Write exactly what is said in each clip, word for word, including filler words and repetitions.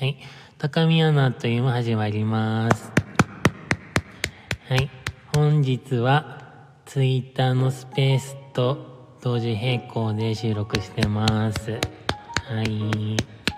はい。高見アナというも始まります。はい。本日はツイッターのスペースと同時並行で収録してます。はい。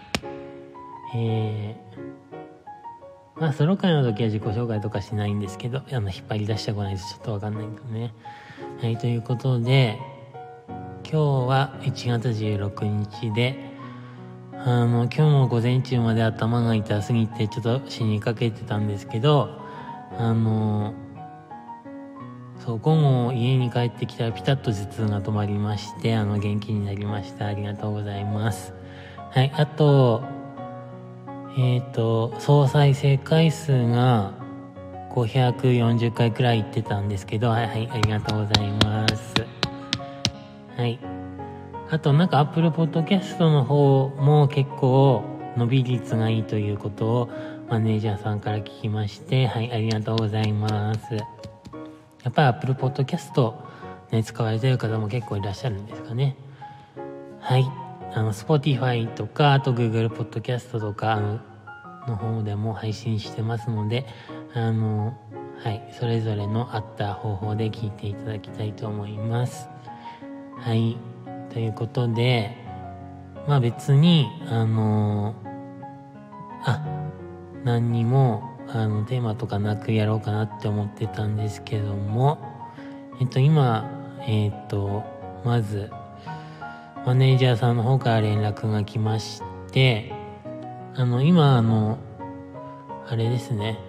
えー、まあソロ会の時は自己紹介とかしないんですけど、あの引っ張り出してこないとちょっとわかんないんだね。はい。ということで、今日はいちがつじゅうろくにちで、あの今日も午前中まで頭が痛すぎてちょっと死にかけてたんですけど、あのそう午後家に帰ってきたらピタッと頭痛が止まりまして、あの元気になりました。ありがとうございます。はい。あとえっ、ー、と総再生回数がごひゃくよんじゅっかいくらい行ってたんですけど、はいはい、ありがとうございます。はい。あとなんか Apple Podcast の方も結構伸び率がいいということをマネージャーさんから聞きまして、はい、ありがとうございます。やっぱり Apple Podcast ね、使われてる方も結構いらっしゃるんですかね。はい。あの、Spotify とか、あと Google Podcast とかの方でも配信してますので、あの、はい、それぞれの合った方法で聞いていただきたいと思います。はい。ということで、まあ別に、あのー、あ、何にも、あの、テーマとかなくやろうかなって思ってたんですけども、えっと、今、えっと、まず、マネージャーさんの方から連絡が来まして、あの、今、あの、あれですね、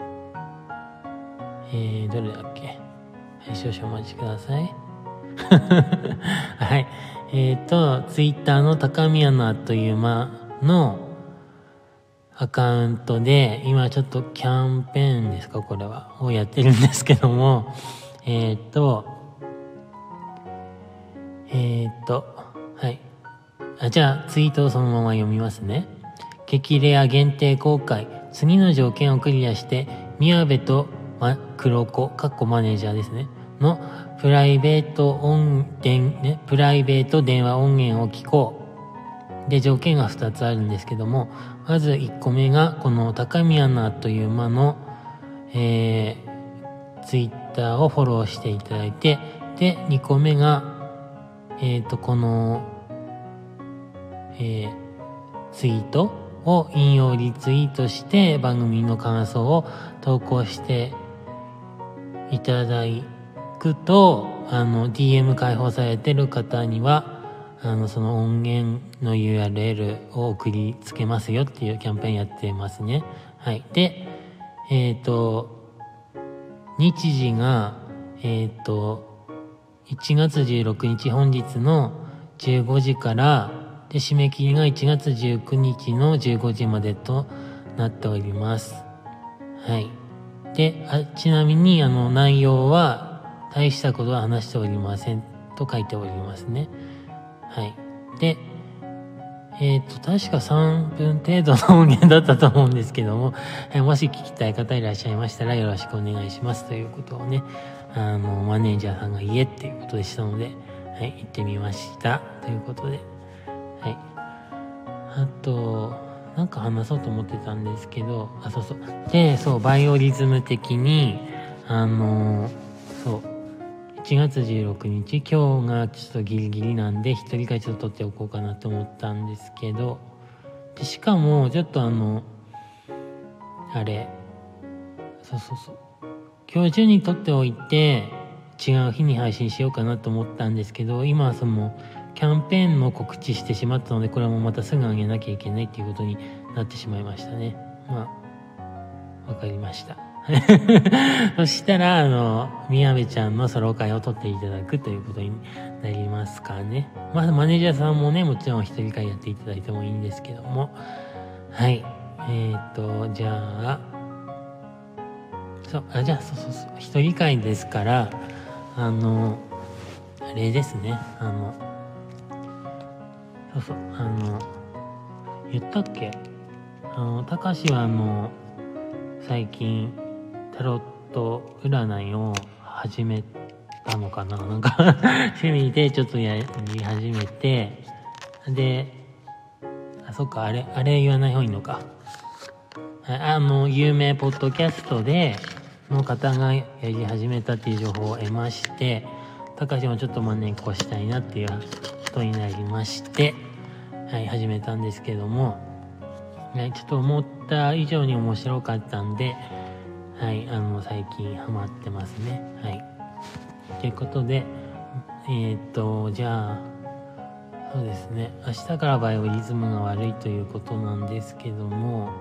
えー、どれだっけ？はい、少々お待ちください。はい。えっ、ー、と、ツイッターの高見アナという間のアカウントで、今ちょっとキャンペーンですか、これは、をやってるんですけども、えっ、ー、と、えっ、ー、と、はい。あ、じゃあ、ツイートをそのまま読みますね。激レア限定公開。次の条件をクリアして、宮部と、ま、黒子、かっこマネージャーですね。のプライベート音源、ね、プライベート電話音源を聞こう。で、条件がふたつあるんですけども、まずいっこめが、この高見アナという馬の、えー、ツイッターをフォローしていただいて、で、にこめが、えっと、この、えー、ツイートを引用リツイートして、番組の感想を投稿していただいて、くとあの ディーエム 開放されてる方にはあのその音源の ユーアールエル を送りつけますよっていうキャンペーンやってますね。はい。で、えっ、ー、と日時がえっ、ー、といちがつじゅうろくにち本日のじゅうごじからで、締め切りがいちがつじゅうくにちのじゅうごじまでとなっております。はい。で、あちなみにあの内容は大したことは話しておりませんと書いておりますね。はい。で、えっ、ー、と、確かさんぷん程度の音源だったと思うんですけども、はい、もし聞きたい方いらっしゃいましたらよろしくお願いしますということをね、あの、マネージャーさんが言えっていうことでしたので、はい、行ってみました。ということで、はい。あと、なんか話そうと思ってたんですけど、あ、そうそう。で、そう、バイオリズム的に、あの、そう、いちがつじゅうろくにち、今日がちょっとギリギリなんで、一人会ちょっと撮っておこうかなと思ったんですけど、でしかも、ちょっとあの、あれ、そうそうそう、今日中に撮っておいて、違う日に配信しようかなと思ったんですけど、今その、キャンペーンの告知してしまったので、これもまたすぐ上げなきゃいけないっていうことになってしまいましたね。まあ、わかりました。そしたら、あの、宮部ちゃんのソロ会を撮っていただくということになりますかね。まあ、マネージャーさんもね、もちろん一人会やっていただいてもいいんですけども。はい。えっと、じゃあ、そう、あ、じゃあ、そうそうそう、一人会ですから、あの、あれですね、あの、そうそう、あの、言ったっけ？あの、たかしはあの、最近、タロット占いを始めたのかななんか趣味でちょっとやり始めて、で、あ、 そっか、あれ、あれ言わない方がいいのか。あの、有名ポッドキャストで、の方がやり始めたっていう情報を得まして、たかしもちょっと真似っこしたいなっていうことになりまして、はい、始めたんですけども、はい、ちょっと思った以上に面白かったんで、はい、あの、最近ハマってますね。はい。ということで、えー、っと、じゃあ、そうですね、明日からバイオリズムが悪いということなんですけども、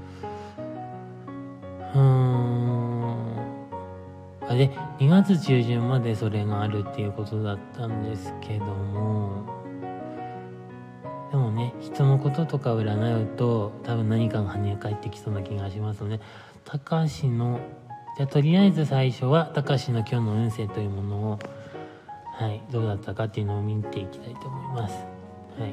うーん、あれ、にがつ中旬までそれがあるっていうことだったんですけども、でもね、人のこととか占うと多分何かが跳ね返ってきそうな気がしますので、たかしの、じゃあとりあえず最初はたかしの今日の運勢というものを、はい、どうだったかっていうのを見ていきたいと思います。はい。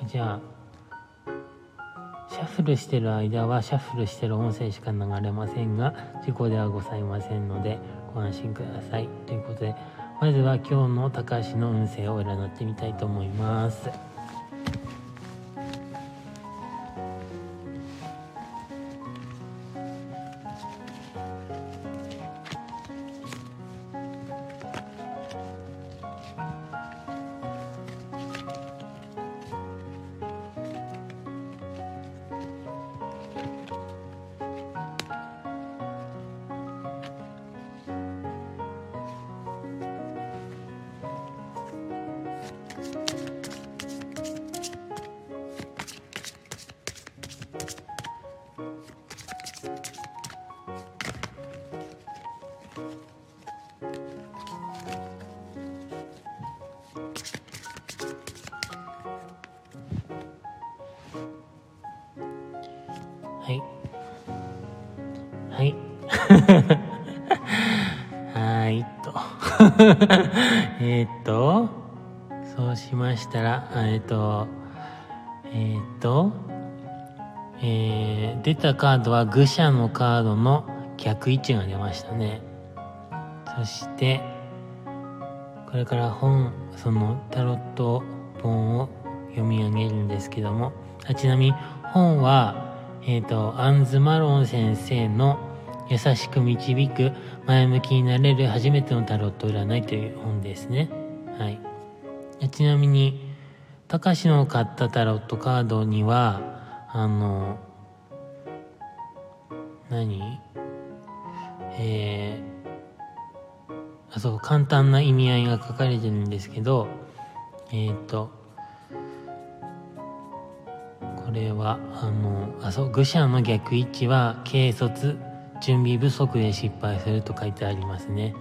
じゃあ、シャッフルしてる間はシャッフルしてる音声しか流れませんが、事故ではございませんのでご安心ください。ということで、まずは今日の高橋の運勢を占ってみたいと思います。はいはいはいとえっとそうしましたらえっとえっとえー、出たカードは愚者のカードの逆位置が出ましたね。そしてこれから本そのタロット本を読み上げるんですけども、あちなみに本はえっとアンズ・マロン先生の優しく導く前向きになれる初めてのタロット占いという本ですね。はい。ちなみにたかしの買ったタロットカードにはあの何えー、あそう簡単な意味合いが書かれてるんですけど、えっとこれはあのあそう愚者の逆位置は軽率準備不足で失敗すると書いてありますね。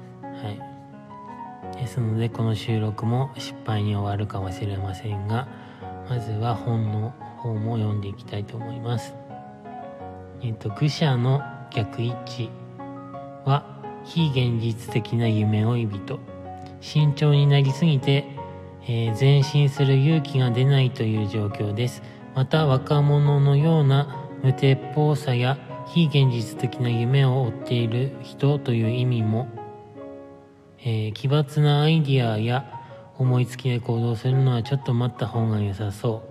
はい。ですのでこの収録も失敗に終わるかもしれませんが、まずは本の方も読んでいきたいと思います。えっと愚者の逆位置は非現実的な夢追い人、慎重になりすぎて、えー、前進する勇気が出ないという状況です。また若者のような無鉄砲さや非現実的な夢を追っている人という意味も、えー、奇抜なアイディアや思いつきで行動するのはちょっと待った方が良さそう。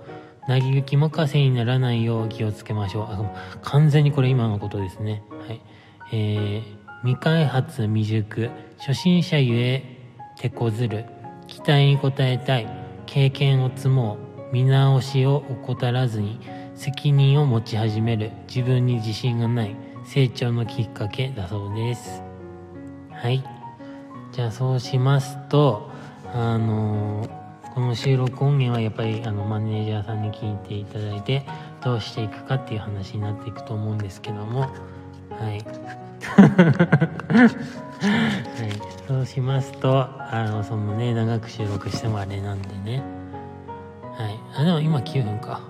成り行き任せにならないよう気をつけましょう。あ、完全にこれ今のことですね。はい。えー、未開発未熟、初心者ゆえ手こずる、期待に応えたい、経験を積もう、見直しを怠らずに責任を持ち始める、自分に自信がない、成長のきっかけだそうです。はい。じゃあそうしますと、あのー、この収録音源はやっぱりあのマネージャーさんに聞いていただいてどうしていくかっていう話になっていくと思うんですけども、はい。はい、そうしますとあのそのね長く収録してもあれなんでね、はい。あでも今きゅうふんか。はい。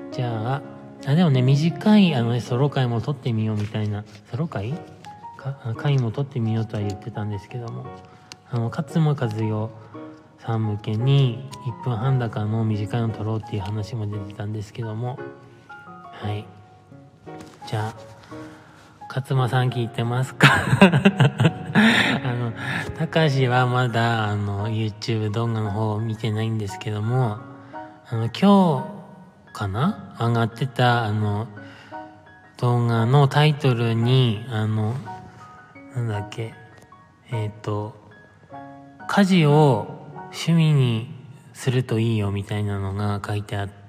じゃああでもね短いあの、ね、ソロ回も撮ってみようみたいな、ソロ回か回も撮ってみようとは言ってたんですけども、あの勝間和代さん向けにいっぷんはんだかの短いの撮ろうっていう話も出てたんですけども、はい。じゃあ勝間さん聞いてますか？あのたかしはまだあの YouTube 動画の方を見てないんですけども、 あの今日かな上がってたあの動画のタイトルにあのなんだっけえっと家事を趣味にするといいよみたいなのが書いてあって、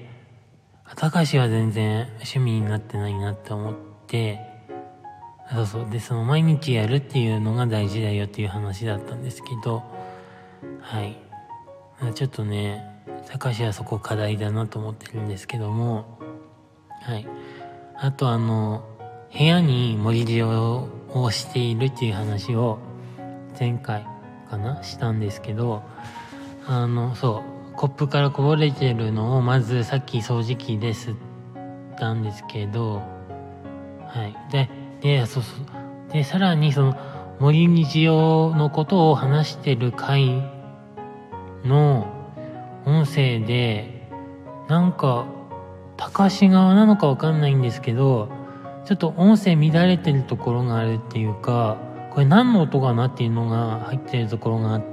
たかしは全然趣味になってないなって思って、そうそうでその毎日やるっていうのが大事だよっていう話だったんですけど、はいちょっとねたかしはそこ課題だなと思ってるんですけども、はいあとあの部屋に盛り塩をしているっていう話を前回かなしたんですけど、あのそうコップからこぼれてるのをまずさっき掃除機で吸ったんですけど、はいででそうそうでさらにその森虹雄のことを話してる回の音声でなんか高志側なのかわかんないんですけど、ちょっと音声乱れてるところがあるっていうか、これ何の音かなっていうのが入ってるところがあって、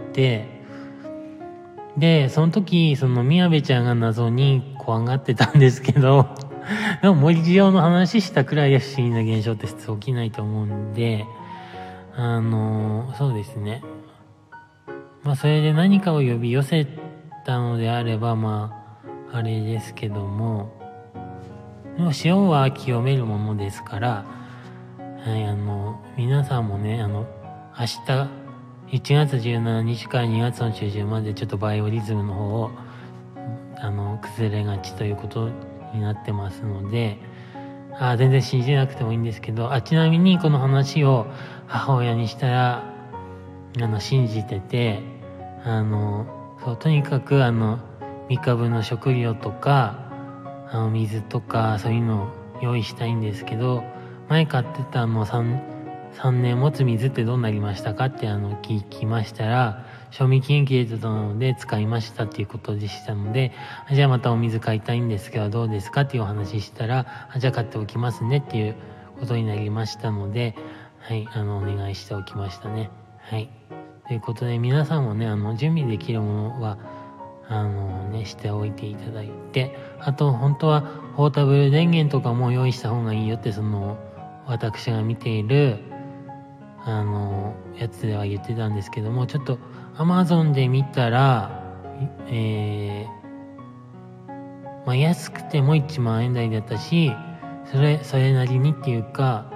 でその時その宮部ちゃんが謎に怖がってたんですけどでも森塩の話したくらいで不思議な現象って普通起きないと思うんで、あのそうですね、まあそれで何かを呼び寄せたのであればまああれですけども、でも塩は清めるものですから、はい、あの皆さんもねあの明日いちがつじゅうしちにちからにがつの中旬までちょっとバイオリズムの方をあの崩れがちということになってますので、あ全然信じなくてもいいんですけど、あちなみにこの話を母親にしたらあの信じてて、あのそうとにかくあの三株の食料とかあの水とかそういうのを用意したいんですけど、前買ってたあの 3, 3年持つ水ってどうなりましたかってあの聞きましたら、賞味期限切れてたので使いましたっていうことでしたので、じゃあまたお水買いたいんですけどどうですかっていうお話したら、じゃあ買っておきますねっていうことになりましたので、はいあのお願いしておきましたね。はいということで皆さんもねあの準備できるものはあのねしておいていただいて、あと本当はポータブル電源とかも用意した方がいいよってその私が見ているあのやつでは言ってたんですけども、ちょっと Amazon で見たらえー、まあ安くてもいちまんえん台だったし、それそれなりにっていうか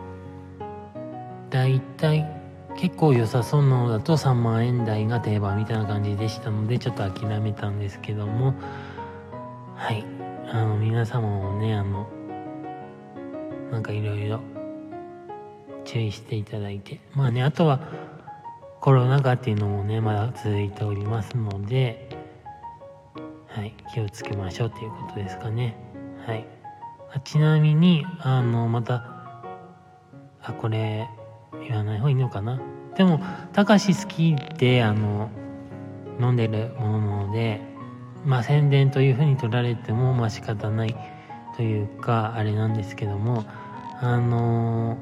だいたい結構良さそうなのだとさんまんえん台が定番みたいな感じでしたので、ちょっと諦めたんですけども、はいあの皆様もねあのなんかいろいろ注意していただいて、まあねあとはコロナ禍っていうのもねまだ続いておりますので、はい気をつけましょうっていうことですかね。はいあちなみにあのまたあこれ言わない方がいいのかな。でもたかし好きであの飲んでるものなので、まあ宣伝というふうに取られてもまあ仕方ないというかあれなんですけども、あの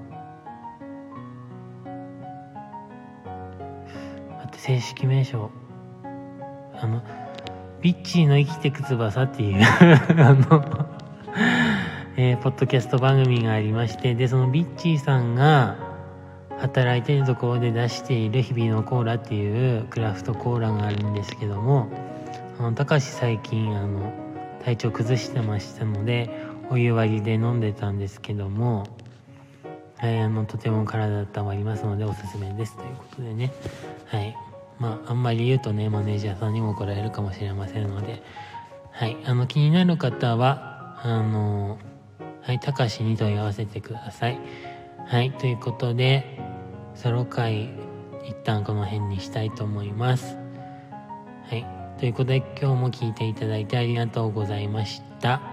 ー、って正式名称あのビッチーの生きてく翼っていうあのえー、ポッドキャスト番組がありまして、でそのビッチーさんが働いているところで出している日々のコーラっていうクラフトコーラがあるんですけども、あの高橋最近あの体調崩してましたのでお湯割りで飲んでたんですけども、はい、あのとても体温まりますのでおすすめですということでね、はいまああんまり言うとねマネージャーさんにも怒られるかもしれませんので、はいあの気になる方はあのはい高橋に問い合わせてください。はいということでソロ回一旦この辺にしたいと思います。はいということで今日も聞いていただいてありがとうございました。